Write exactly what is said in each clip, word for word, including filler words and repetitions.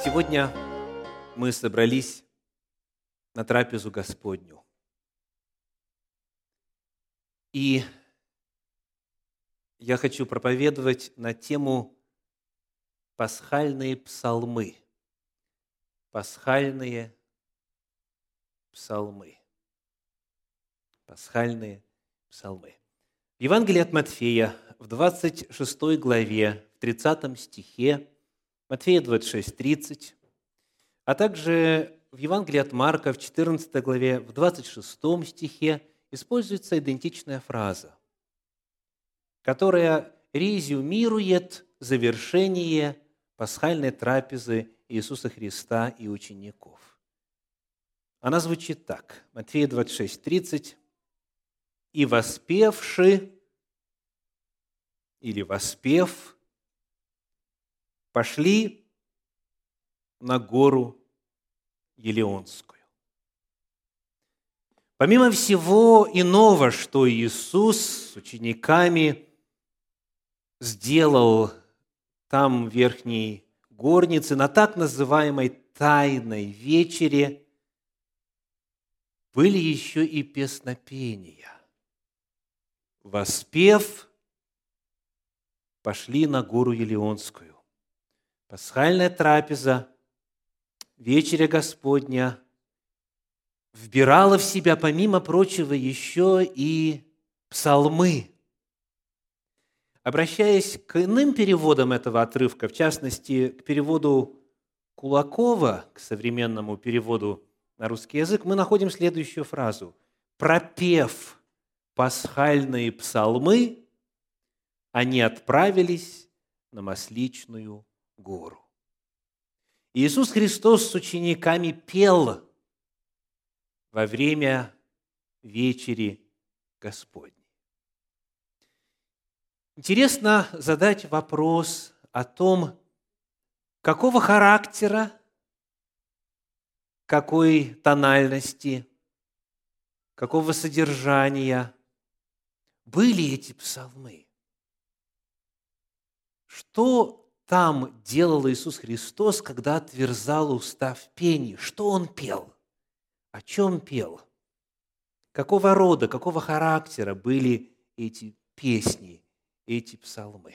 Сегодня мы собрались на трапезу Господню. И я хочу проповедовать на тему пасхальные псалмы. Пасхальные псалмы. Пасхальные псалмы. В Евангелии от Матфея, в двадцать шестой главе, в тридцатом стихе, Матфея двадцать шесть тридцать, а также в Евангелии от Марка, в четырнадцатой главе, в двадцать шестом стихе используется идентичная фраза, которая резюмирует завершение пасхальной трапезы Иисуса Христа и учеников. Она звучит так. Матфея двадцать шесть тридцать. «И воспевши, или воспев, пошли на гору Елеонскую». Помимо всего иного, что Иисус с учениками сделал там, в верхней горнице, на так называемой Тайной вечере, были еще и песнопения. Воспев, пошли на гору Елеонскую. Пасхальная трапеза, вечеря Господня вбирала в себя, помимо прочего, еще и псалмы. Обращаясь к иным переводам этого отрывка, в частности, к переводу Кулакова, к современному переводу на русский язык, мы находим следующую фразу. «Пропев пасхальные псалмы, они отправились на Масличную гору». Иисус Христос с учениками пел во время вечери Господней. Интересно задать вопрос о том, какого характера, какой тональности, какого содержания были эти псалмы. Что там делал Иисус Христос, когда отверзал уста в пении? Что Он пел? О чем пел? Какого рода, какого характера были эти песни, эти псалмы?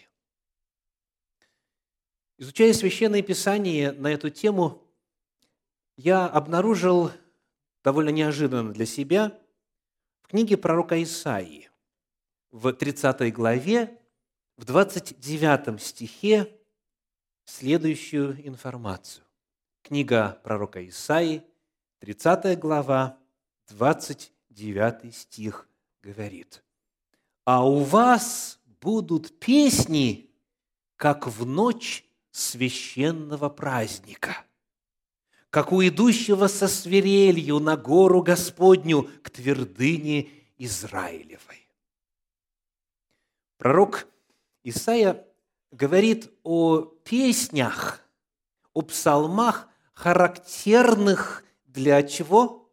Изучая Священное Писание на эту тему, я обнаружил довольно неожиданно для себя в книге пророка Исаии, в тридцатой главе, в двадцать девятом стихе, следующую информацию. Книга пророка Исаии, тридцатая глава, двадцать девятый стих говорит: «А у вас будут песни, как в ночь священного праздника, как у идущего со свирелью на гору Господню к твердыне Израилевой». Пророк Исаия говорит о песнях, о псалмах, характерных для чего?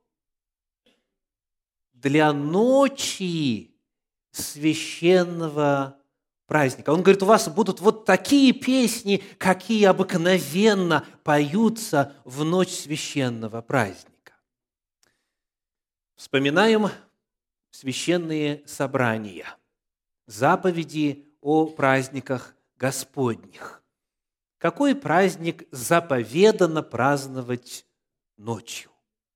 Для ночи священного праздника. Он говорит, у вас будут вот такие песни, какие обыкновенно поются в ночь священного праздника. Вспоминаем священные собрания, заповеди о праздниках Господних. Какой праздник заповедано праздновать ночью?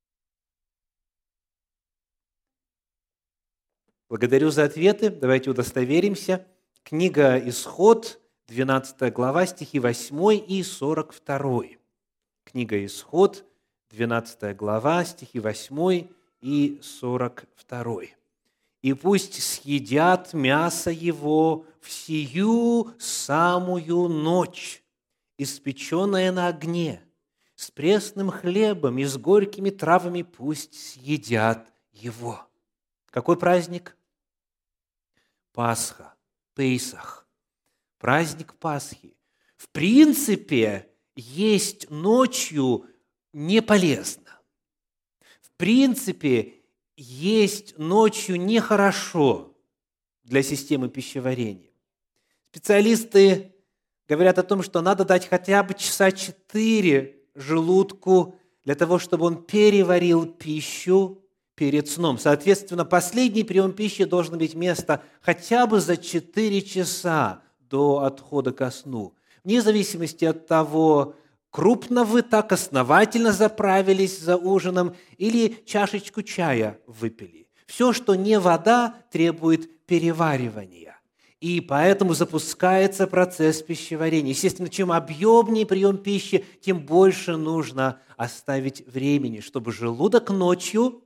Благодарю за ответы. Давайте удостоверимся. Книга Исход, двенадцатая глава, стихи восьмой и сорок второй. Книга Исход, двенадцатая глава, стихи восьмой и сорок второй. «И пусть съедят мясо его в сию самую ночь, испеченное на огне, с пресным хлебом и с горькими травами пусть съедят его». Какой праздник? Пасха, Пейсах, праздник Пасхи. В принципе, есть ночью не полезно. В принципе, есть ночью нехорошо для системы пищеварения. Специалисты говорят о том, что надо дать хотя бы часа четыре желудку для того, чтобы он переварил пищу перед сном. Соответственно, последний прием пищи должен иметь место хотя бы за четыре часа до отхода ко сну. Вне зависимости от того, крупно вы так основательно заправились за ужином или чашечку чая выпили. Все, что не вода, требует переваривания. И поэтому запускается процесс пищеварения. Естественно, чем объемнее прием пищи, тем больше нужно оставить времени, чтобы желудок ночью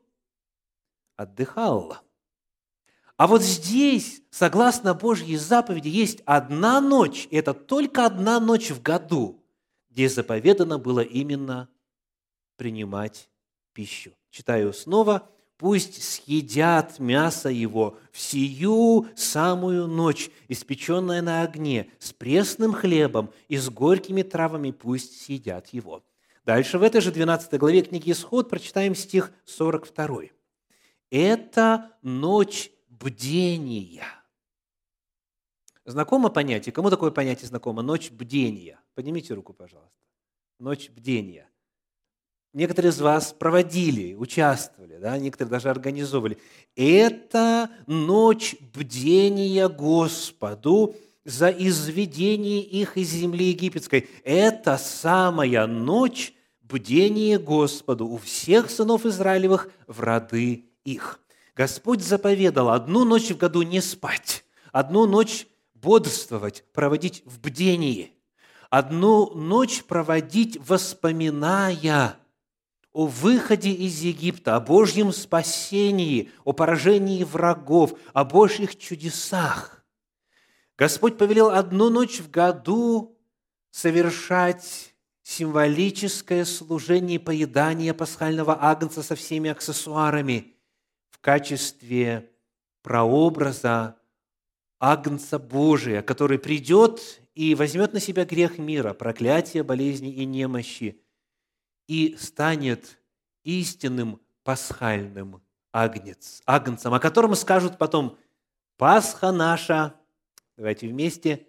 отдыхал. А вот здесь, согласно Божьей заповеди, есть одна ночь, и это только одна ночь в году, где заповедано было именно принимать пищу. Читаю снова. «Пусть съедят мясо его в сию самую ночь, испеченное на огне, с пресным хлебом и с горькими травами пусть съедят его». Дальше в этой же двенадцатой главе книги Исход прочитаем стих сорок второй. «Это ночь бдения». Знакомо понятие? Кому такое понятие знакомо? Ночь бдения. Поднимите руку, пожалуйста. Ночь бдения. Некоторые из вас проводили, участвовали, да? Некоторые даже организовывали. Это ночь бдения Господу за изведение их из земли египетской. Это самая ночь бдения Господу у всех сынов Израилевых в роды их. Господь заповедал одну ночь в году не спать, одну ночь бодрствовать, проводить в бдении, одну ночь проводить, воспоминая о выходе из Египта, о Божьем спасении, о поражении врагов, о Божьих чудесах. Господь повелел одну ночь в году совершать символическое служение поедания пасхального агнца со всеми аксессуарами в качестве прообраза агнца Божия, который придет и возьмет на себя грех мира, проклятие, болезни и немощи, и станет истинным пасхальным агнец, агнцем, о котором скажут потом: «Пасха наша», давайте вместе,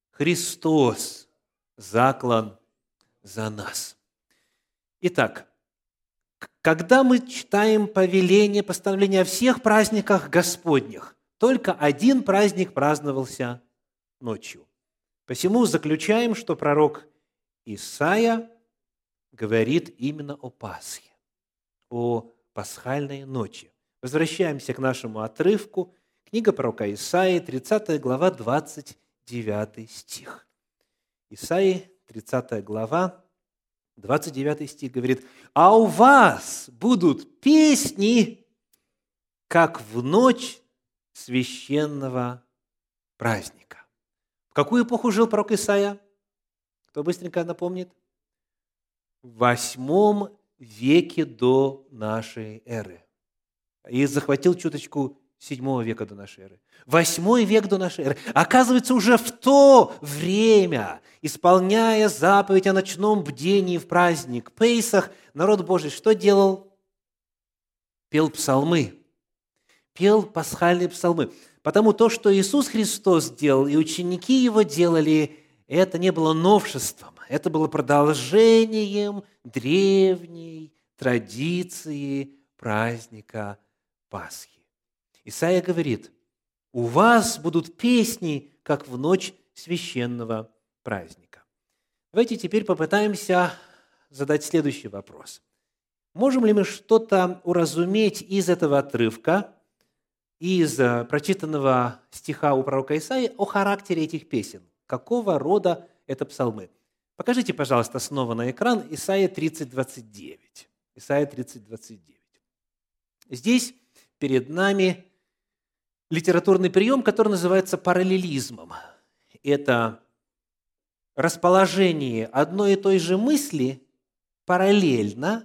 «Христос заклан за нас». Итак, когда мы читаем повеление, постановление о всех праздниках Господних, только один праздник праздновался ночью. Посему заключаем, что пророк Исаия говорит именно о Пасхе, о пасхальной ночи. Возвращаемся к нашему отрывку. Книга пророка Исаии, тридцатая глава, двадцать девятый стих. Исаии, тридцатая глава, двадцать девятый стих говорит: «А у вас будут песни, как в ночь священного праздника». В какую эпоху жил пророк Исаия? Кто быстренько напомнит? В восьмом веке до нашей эры. И захватил чуточку седьмого века до нашей эры. Восьмой век до нашей эры. Оказывается, уже в то время, исполняя заповедь о ночном бдении в праздник Пейсах, народ Божий что делал? Пел псалмы. Пел пасхальные псалмы. Потому то, что Иисус Христос делал, и ученики Его делали, это не было новшеством. Это было продолжением древней традиции праздника Пасхи. Исаия говорит: «У вас будут песни, как в ночь священного праздника». Давайте теперь попытаемся задать следующий вопрос. Можем ли мы что-то уразуметь из этого отрывка, из прочитанного стиха у пророка Исаии о характере этих песен? Какого рода это псалмы? Покажите, пожалуйста, снова на экран Исаия тридцать, двадцать девять. Исаия тридцать, двадцать девять. Здесь перед нами литературный прием, который называется параллелизмом. Это расположение одной и той же мысли параллельно,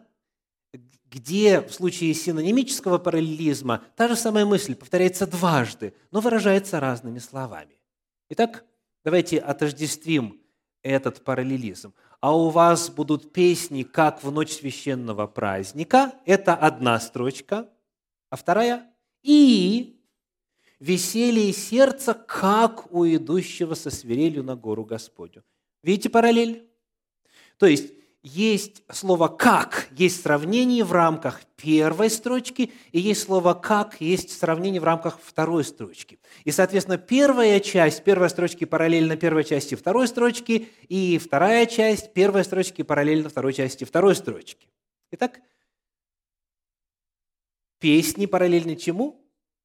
где в случае синонимического параллелизма та же самая мысль повторяется дважды, но выражается разными словами. Итак, давайте отождествим этот параллелизм. «А у вас будут песни, как в ночь священного праздника». Это одна строчка. А вторая – «И веселье сердца, как у идущего со свирелью на гору Господню». Видите параллель? То есть, есть слово «как», есть сравнение в рамках первой строчки, и есть слово «как», есть сравнение в рамках второй строчки. И, соответственно, первая часть первой строчки параллельно первой части второй строчки, и вторая часть первой строчки параллельно второй части второй строчки. Итак, песни параллельны чему?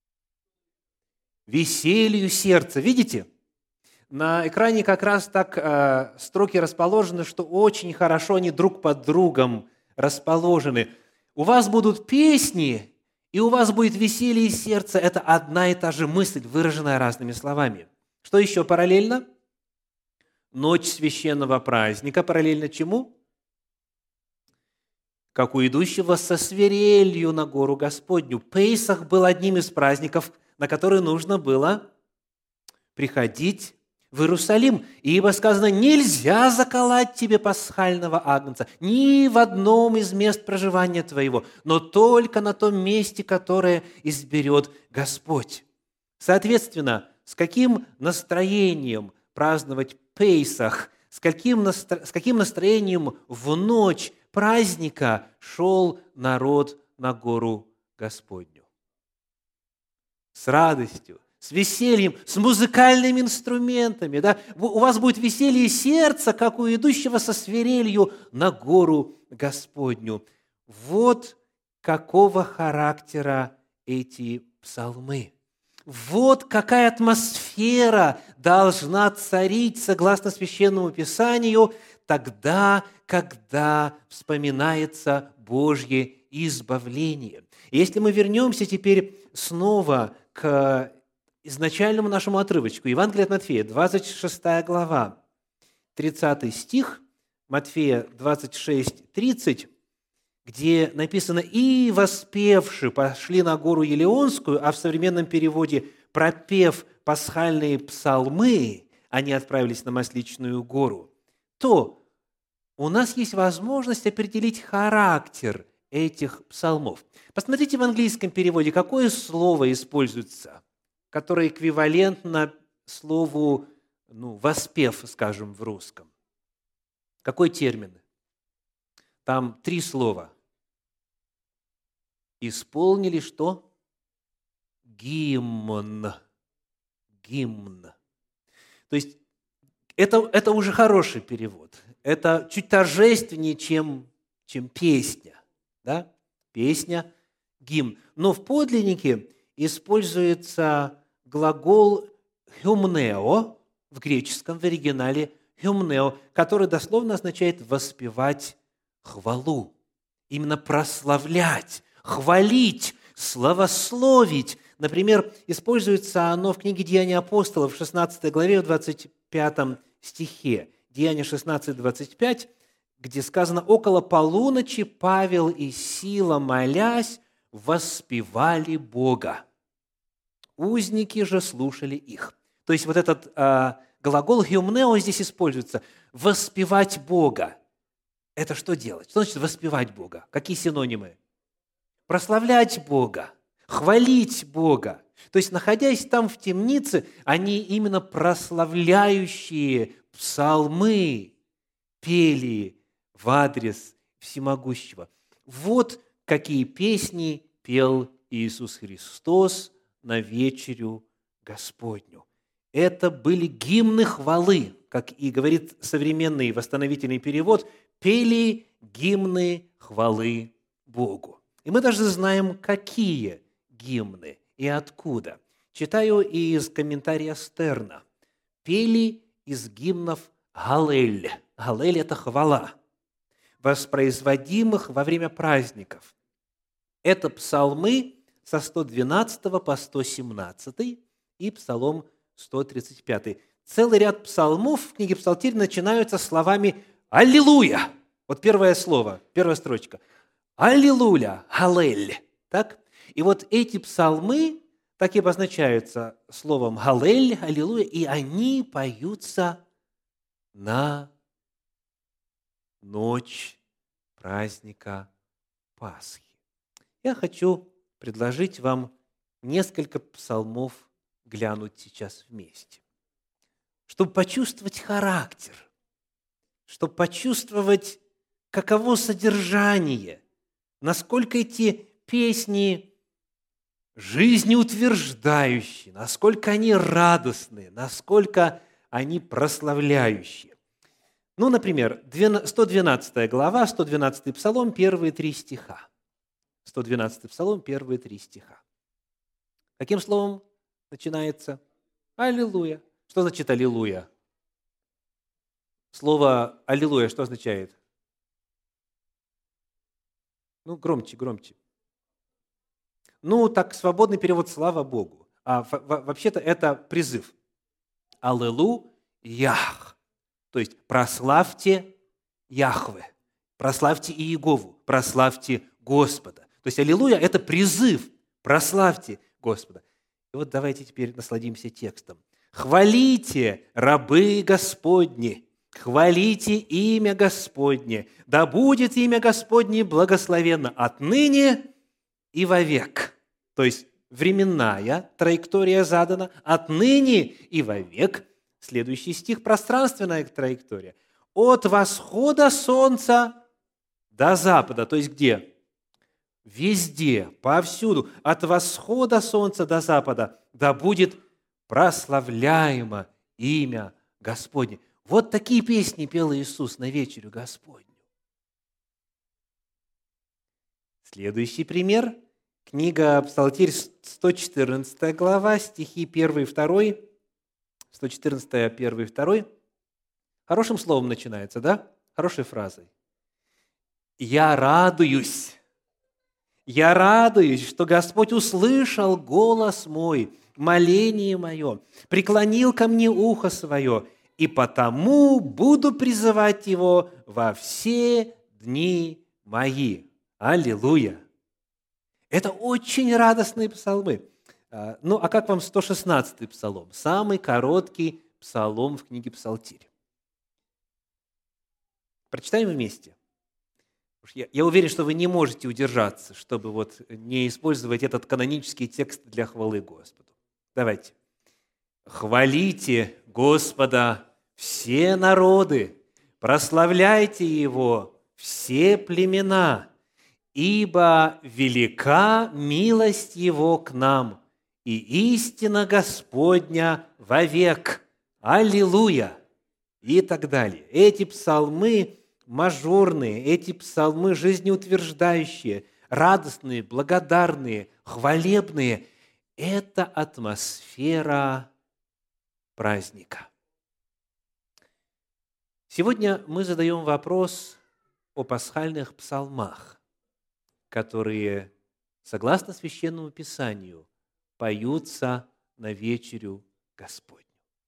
Веселью сердца. Видите? На экране как раз так э, строки расположены, что очень хорошо они друг под другом расположены. У вас будут песни, и у вас будет веселье сердца. Это одна и та же мысль, выраженная разными словами. Что еще параллельно? Ночь священного праздника. Параллельно чему? Как у идущего со свирелью на гору Господню. Пейсах был одним из праздников, на который нужно было приходить в Иерусалим. Ибо сказано, нельзя заколоть тебе пасхального агнца ни в одном из мест проживания твоего, но только на том месте, которое изберет Господь. Соответственно, с каким настроением праздновать Пейсах, с каким, настро... с каким настроением в ночь праздника шел народ на гору Господню? С радостью, с весельем, с музыкальными инструментами. Да? У вас будет веселье сердца, как у идущего со свирелью на гору Господню. Вот какого характера эти псалмы. Вот какая атмосфера должна царить, согласно Священному Писанию, тогда, когда вспоминается Божье избавление. И если мы вернемся теперь снова к изначальному нашему отрывочку, Евангелие от Матфея, двадцать шестая глава, тридцатый стих, Матфея двадцать шесть, тридцать, где написано «И, воспевши, пошли на гору Елеонскую», а в современном переводе «пропев пасхальные псалмы», они отправились на Масличную гору, то у нас есть возможность определить характер этих псалмов. Посмотрите в английском переводе, какое слово используется, которое эквивалентно слову ну, «воспев», скажем, в русском. Какой термин? Там три слова. Исполнили что? Гимн. Гимн. То есть это, это уже хороший перевод. Это чуть торжественнее, чем, чем песня. Да? Песня, гимн. Но в подлиннике используется глагол «хюмнео» в греческом, в оригинале «хюмнео», который дословно означает «воспевать хвалу». Именно прославлять, хвалить, славословить. Например, используется оно в книге «Деяния апостолов» в шестнадцатой главе, в двадцать пятом стихе. Деяния шестнадцать, двадцать пять, где сказано «Около полуночи Павел и Сила, молясь, воспевали Бога. Узники же слушали их». То есть вот этот э, глагол «хюмнео» здесь используется. «Воспевать Бога». Это что делать? Что значит воспевать Бога? Какие синонимы? Прославлять Бога, хвалить Бога. То есть, находясь там в темнице, они именно прославляющие псалмы пели в адрес Всемогущего. Вот какие песни пел Иисус Христос на вечерю Господню. Это были гимны хвалы, как и говорит современный восстановительный перевод, пели гимны хвалы Богу. И мы даже знаем, какие гимны и откуда. Читаю из комментария Стерна. Пели из гимнов Галель. Галель – это хвала, воспроизводимых во время праздников. Это псалмы со сто двенадцатого по сто семнадцатый и псалом сто тридцать пятый. Целый ряд псалмов в книге Псалтирь начинаются словами «Аллилуйя». Вот первое слово, первая строчка. «Аллилуйя», «Галель». Так? И вот эти псалмы так и обозначаются словом «Галель», «Аллилуйя», и они поются на ночь праздника Пасхи. Я хочу предложить вам несколько псалмов глянуть сейчас вместе, чтобы почувствовать характер, чтобы почувствовать каково содержание, насколько эти песни жизнеутверждающие, насколько они радостные, насколько они прославляющие. Ну, например, сто двенадцатая глава, сто двенадцатый Псалом, первые три стиха. сто двенадцатый Псалом, первые три стиха. Каким словом начинается? Аллилуйя. Что значит аллилуйя? Слово аллилуйя что означает? Ну, громче, громче. Ну, так свободный перевод «слава Богу». А вообще-то это призыв. Аллилуйях. То есть прославьте Яхве, прославьте Иегову, прославьте Господа. То есть аллилуйя – это призыв, прославьте Господа. И вот давайте теперь насладимся текстом. «Хвалите, рабы Господни, хвалите имя Господне, да будет имя Господне благословенно отныне и вовек». То есть временная траектория задана отныне и вовек. Следующий стих – пространственная траектория. От восхода солнца до запада. То есть где? Везде, повсюду. От восхода солнца до запада да будет прославляемо имя Господне. Вот такие песни пел Иисус на вечерю Господню. Следующий пример. Книга Псалтирь, сто четырнадцатая глава, стихи первый и второй. сто четырнадцатая, первый и второй. Хорошим словом начинается, да? Хорошей фразой. «Я радуюсь, я радуюсь, что Господь услышал голос мой, моление мое, преклонил ко мне ухо свое, и потому буду призывать Его во все дни мои». Аллилуйя! Это очень радостные псалмы. Ну, а как вам сто шестнадцатый псалом? Самый короткий псалом в книге Псалтирь. Прочитаем вместе. Я, я уверен, что вы не можете удержаться, чтобы вот не использовать этот канонический текст для хвалы Господу. Давайте. «Хвалите Господа все народы, прославляйте Его все племена, ибо велика милость Его к нам, и истина Господня вовек. Аллилуйя!» И так далее. Эти псалмы мажорные, эти псалмы жизнеутверждающие, радостные, благодарные, хвалебные – это атмосфера праздника. Сегодня мы задаем вопрос о пасхальных псалмах, которые, согласно Священному Писанию, поются на вечерю Господню.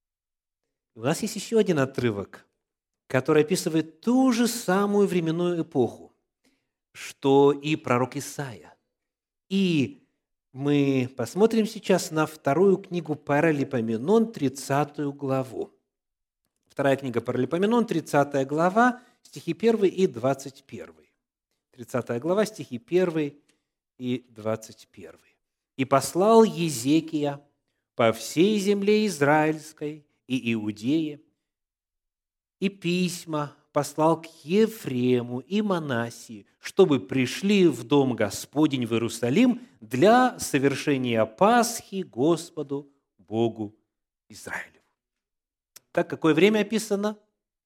У нас есть еще один отрывок, который описывает ту же самую временную эпоху, что и пророк Исаия. И мы посмотрим сейчас на вторую книгу Паралипоменон, тридцатую главу. Вторая книга Паралипоменон, тридцатая глава, стихи первый и двадцать первый. тридцатая глава, стихи первый и двадцать первый. «И послал Езекия по всей земле израильской и Иудее, и письма послал к Ефрему и Манассии, чтобы пришли в дом Господень в Иерусалим для совершения Пасхи Господу Богу Израилеву». Так, какое время описано?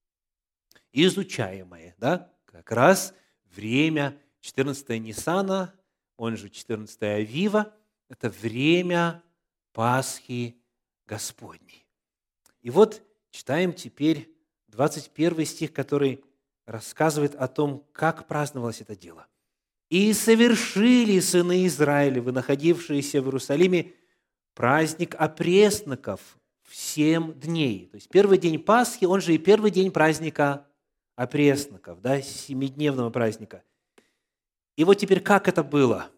Изучаемое, да? Как раз время четырнадцатого Ниссана, он же четырнадцатого Авива, это время Пасхи Господней. И вот читаем теперь двадцать первый стих, который рассказывает о том, как праздновалось это дело. «И совершили сыны Израилевы, находившиеся в Иерусалиме, праздник опресноков в семь дней». То есть первый день Пасхи, он же и первый день праздника опресноков, да, семидневного праздника. И вот теперь как это было?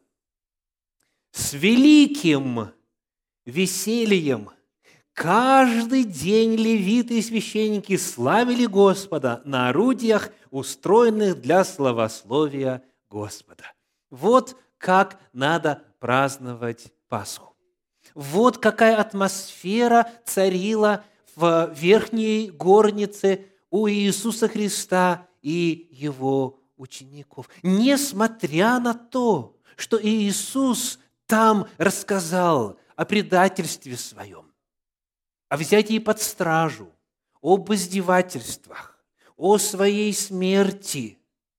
«С великим весельем каждый день левиты и священники славили Господа на орудиях, устроенных для славословия Господа». Вот как надо праздновать Пасху. Вот какая атмосфера царила в верхней горнице у Иисуса Христа и Его учеников. Несмотря на то, что Иисус там рассказал о предательстве своем, о взятии под стражу, об издевательствах, о своей смерти.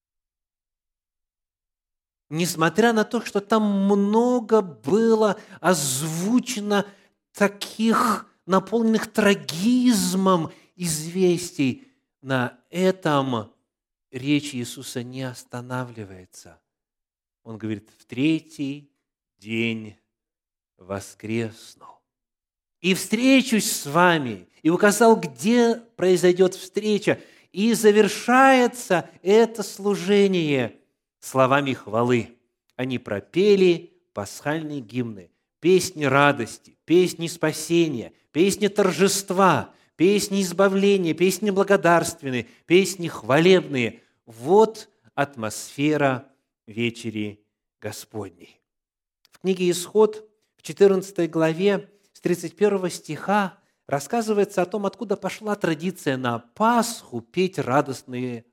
Несмотря на то, что там много было озвучено таких наполненных трагизмом известий, на этом речь Иисуса не останавливается. Он говорит: в третий день воскресну и встречусь с вами, и указал, где произойдет встреча, и завершается это служение словами хвалы. Они пропели пасхальные гимны, песни радости, песни спасения, песни торжества, песни избавления, песни благодарственные, песни хвалебные. Вот атмосфера вечери Господней. В книге «Исход» в четырнадцатой главе с тридцать первого стиха рассказывается о том, откуда пошла традиция на Пасху петь радостные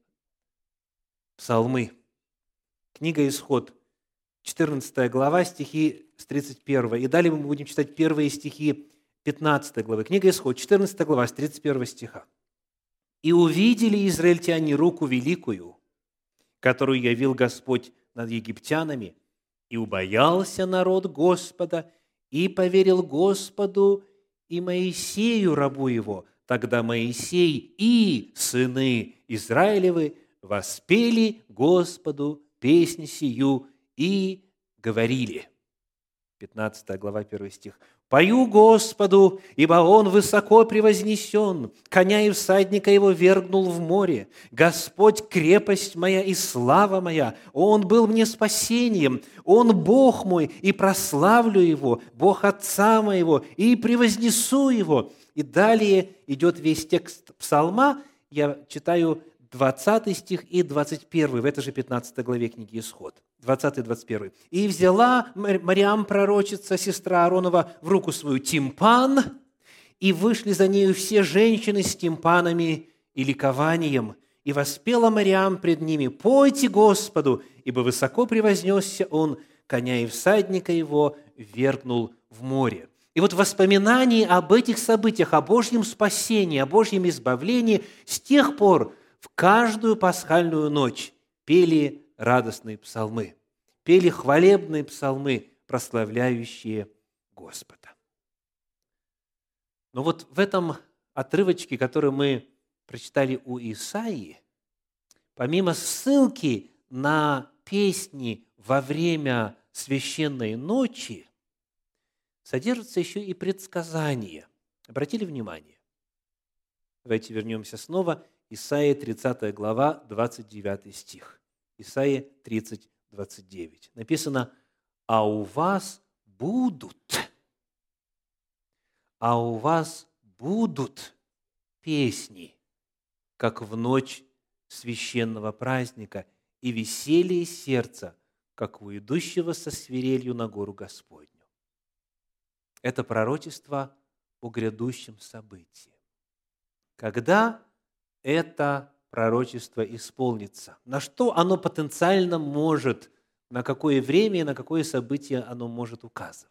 псалмы. Книга «Исход», четырнадцатая глава, стихи с тридцать первого. И далее мы будем читать первые стихи пятнадцатой главы. Книга «Исход», четырнадцатая глава, с тридцать первого стиха. «И увидели израильтяне руку великую, которую явил Господь над египтянами, и убоялся народ Господа, и поверил Господу и Моисею, рабу его. Тогда Моисей и сыны Израилевы воспели Господу песнь сию и говорили». пятнадцатая глава, первый стих. «Пою Господу, ибо Он высоко превознесен, коня и всадника Его вергнул в море. Господь – крепость моя и слава моя, Он был мне спасением, Он Бог мой, и прославлю Его, Бог Отца моего, и превознесу Его». И далее идет весь текст псалма, я читаю двадцатый стих и двадцать первый в этой же пятнадцатой главе книги «Исход». двадцатый и двадцать первый. «И взяла Мариам, пророчица, сестра Ааронова, в руку свою тимпан, и вышли за нею все женщины с тимпанами и ликованием. И воспела Мариам пред ними: пойте Господу, ибо высоко превознесся Он, коня и всадника его ввергнул в море». И вот в воспоминании об этих событиях, о Божьем спасении, о Божьем избавлении, с тех пор в каждую пасхальную ночь пели радостные псалмы, пели хвалебные псалмы, прославляющие Господа. Но вот в этом отрывочке, который мы прочитали у Исаии, помимо ссылки на песни во время священной ночи, содержится еще и предсказание. Обратили внимание? Давайте вернемся снова. Исаия, тридцатая глава, двадцать девятый стих. Исаия тридцать, двадцать девять. Написано: «А у вас будут, а у вас будут песни, как в ночь священного праздника, и веселье сердца, как у идущего со свирелью на гору Господню». Это пророчество о грядущем событии. Когда это пророчество исполнится? На что оно потенциально может, на какое время и на какое событие оно может указывать?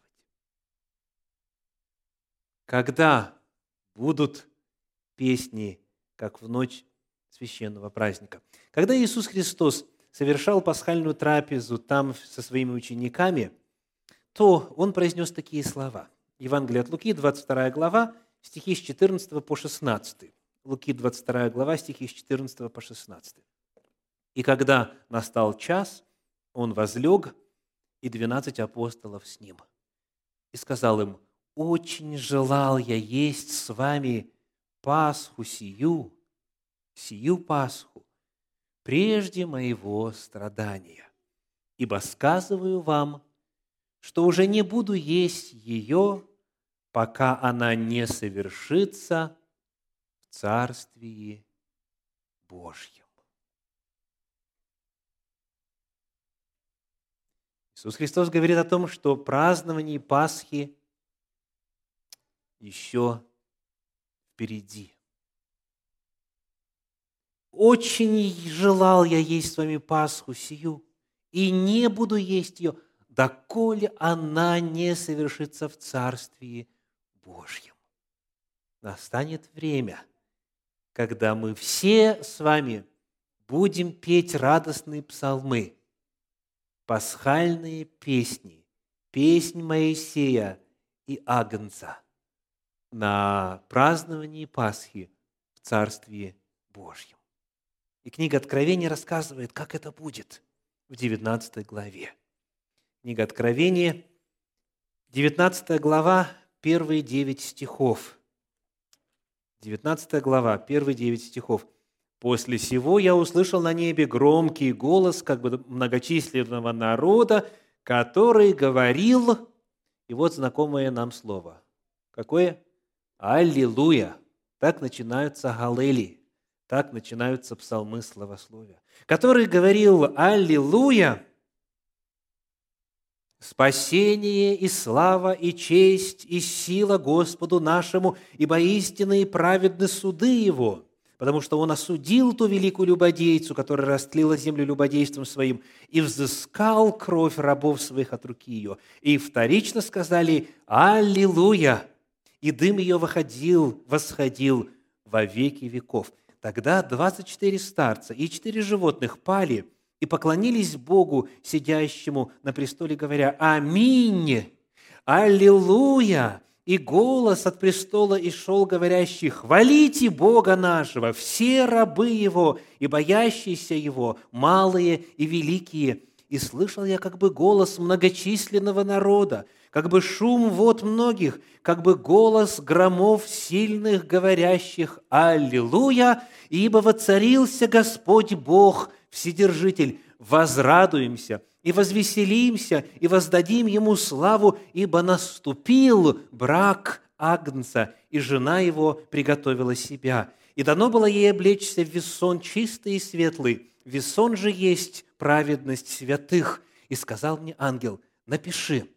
Когда будут песни, как в ночь священного праздника? Когда Иисус Христос совершал пасхальную трапезу там со своими учениками, то Он произнес такие слова. Евангелие от Луки, двадцать вторая глава, стихи с четырнадцатого по шестнадцатый. Луки, двадцать вторая глава, стихи с четырнадцатого по шестнадцатый. «И когда настал час, Он возлег, и двенадцать апостолов с Ним. И сказал им: очень желал я есть с вами Пасху сию, сию Пасху, прежде моего страдания. Ибо сказываю вам, что уже не буду есть ее, пока она не совершится в Царствии Божьем». Иисус Христос говорит о том, что празднование Пасхи еще впереди. очень желал я есть с вами Пасху сию, и не буду есть ее, доколе она не совершится в Царствии Божьем. Настанет время, когда мы все с вами будем петь радостные псалмы, пасхальные песни, песнь Моисея и Агнца на праздновании Пасхи в Царстве Божьем. И книга Откровения рассказывает, как это будет в девятнадцатой главе. Книга Откровения, девятнадцатая глава, первые девять стихов. девятнадцатая глава, первые девять стихов. «После сего я услышал на небе громкий голос как бы многочисленного народа, который говорил...» И вот знакомое нам слово. Какое? Аллилуйя! Так начинаются галели. Так начинаются псалмы славословия. Который говорил: «Аллилуйя! Спасение и слава, и честь, и сила Господу нашему, ибо истинны и праведны суды Его, потому что Он осудил ту великую любодейцу, которая растлила землю любодейством своим, и взыскал кровь рабов своих от руки ее». И вторично сказали: «Аллилуйя!» И дым ее выходил, восходил во веки веков. Тогда двадцать четыре старца и четыре животных пали и поклонились Богу, сидящему на престоле, говоря: «Аминь! Аллилуйя!» И голос от престола ишел, говорящий: «Хвалите Бога нашего, все рабы Его и боящиеся Его, малые и великие». И слышал я как бы голос многочисленного народа, как бы шум вод многих, как бы голос громов сильных, говорящих: «Аллилуйя! Ибо воцарился Господь Бог, Вседержитель, возрадуемся и возвеселимся и воздадим Ему славу, ибо наступил брак Агнца, и жена Его приготовила себя. И дано было ей облечься в весон чистый и светлый, весон же есть праведность святых. И сказал мне ангел: напиши: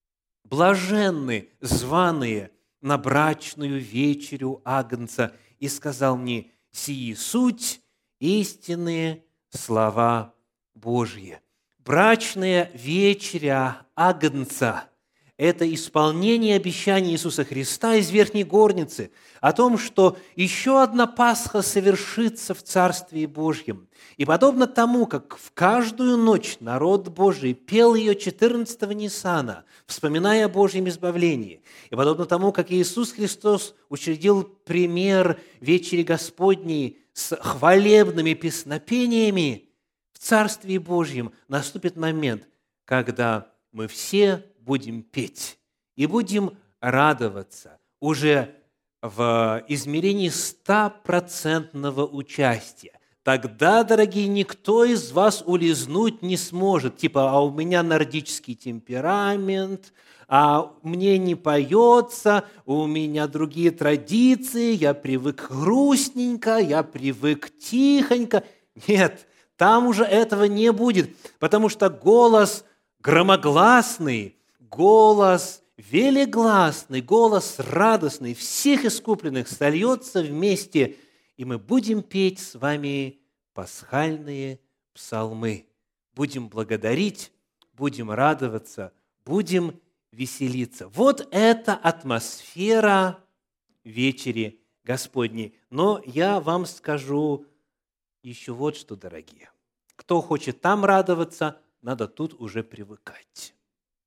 блаженны званые на брачную вечерю Агнца. И сказал мне: сии суть истинные слова Божьи». Брачная вечеря Агнца – это исполнение обещания Иисуса Христа из Верхней Горницы о том, что еще одна Пасха совершится в Царстве Божьем. И подобно тому, как в каждую ночь народ Божий пел ее четырнадцатого Ниссана, вспоминая о Божьем избавлении, и подобно тому, как Иисус Христос учредил пример вечери Господней с хвалебными песнопениями, в Царстве Божьем наступит момент, когда мы все будем петь и будем радоваться уже в измерении стопроцентного участия. Тогда, дорогие, никто из вас улизнуть не сможет. Типа: а у меня нордический темперамент, а мне не поется, у меня другие традиции, я привык грустненько, я привык тихонько. Нет, там уже этого не будет, потому что голос громогласный, голос велегласный, голос радостный всех искупленных сольется вместе, и мы будем петь с вами пасхальные псалмы. Будем благодарить, будем радоваться, будем веселиться. Вот это атмосфера вечери Господней. Но я вам скажу еще вот что, дорогие. Кто хочет там радоваться, надо тут уже привыкать.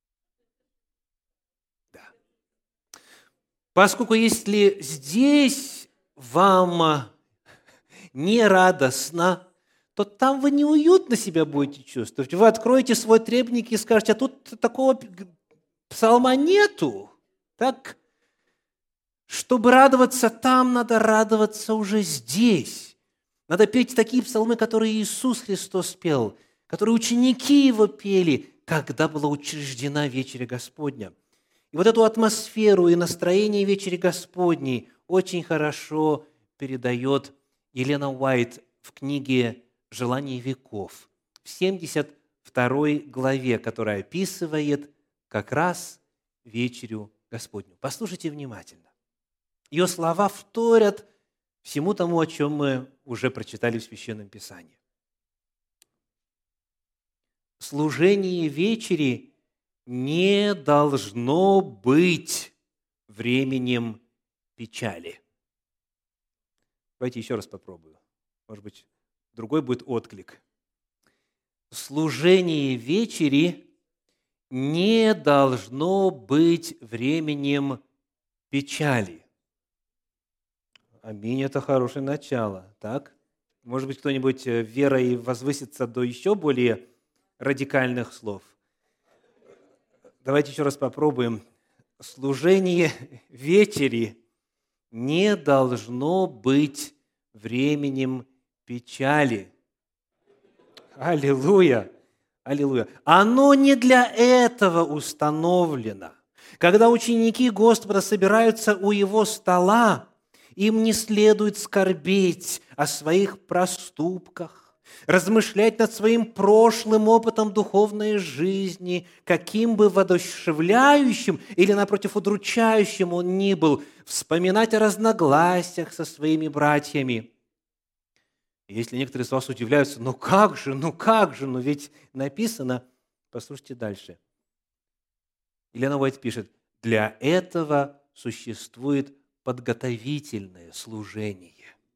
Да. Поскольку если здесь вам не радостно, то там вы неуютно себя будете чувствовать. Вы откроете свой требник и скажете: а тут такого псалма нету. Так, чтобы радоваться там, надо радоваться уже здесь. Надо петь такие псалмы, которые Иисус Христос пел, которые ученики Его пели, когда была учреждена вечеря Господня. И вот эту атмосферу и настроение вечери Господней очень хорошо передает Елена Уайт в книге «Желание веков», в семьдесят второй главе, которая описывает как раз вечерю Господню. Послушайте внимательно. Ее слова вторят всему тому, о чем мы уже прочитали в Священном Писании. Служение вечери не должно быть временем печали. Давайте еще раз попробую. Может быть, другой будет отклик. Служение вечери не должно быть временем печали. Аминь, это хорошее начало. Так? Может быть, кто-нибудь верой возвысится до еще более радикальных слов. Давайте еще раз попробуем. Служение вечери не должно быть временем печали. Аллилуйя! Аллилуйя! Оно не для этого установлено. Когда ученики Господа собираются у Его стола, им не следует скорбеть о своих проступках, размышлять над своим прошлым опытом духовной жизни, каким бы воодушевляющим или, напротив, удручающим он ни был, вспоминать о разногласиях со своими братьями. Если некоторые из вас удивляются, ну как же, ну как же, ну ведь написано, послушайте дальше. Елена Уайт пишет, для этого существует подготовительное служение.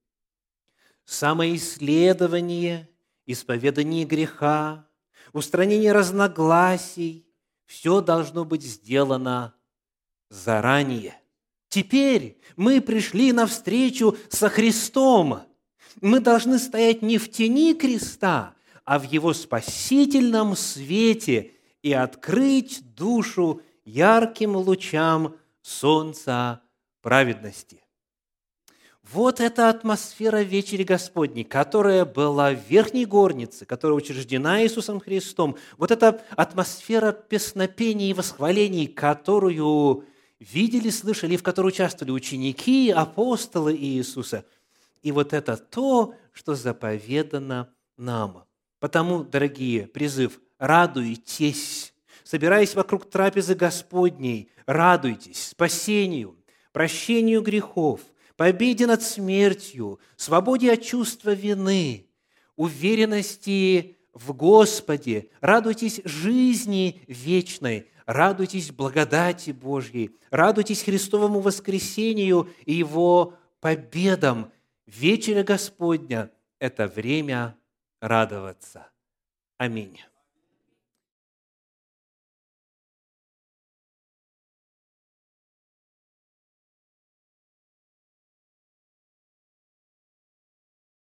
Самоисследование, исповедание греха, устранение разногласий – все должно быть сделано заранее. Теперь мы пришли навстречу со Христом. Мы должны стоять не в тени креста, а в Его спасительном свете и открыть душу ярким лучам солнца праведности. Вот эта атмосфера вечери Господней, которая была в верхней горнице, которая учреждена Иисусом Христом, вот эта атмосфера песнопений и восхвалений, которую видели, слышали, в которой участвовали ученики, апостолы Иисуса. И вот это то, что заповедано нам. Потому, дорогие, призыв: радуйтесь, собираясь вокруг трапезы Господней, радуйтесь спасению, прощению грехов, победе над смертью, свободе от чувства вины, уверенности в Господе, радуйтесь жизни вечной, радуйтесь благодати Божьей, радуйтесь Христовому воскресению и Его победам. Вечеря Господня – это время радоваться. Аминь.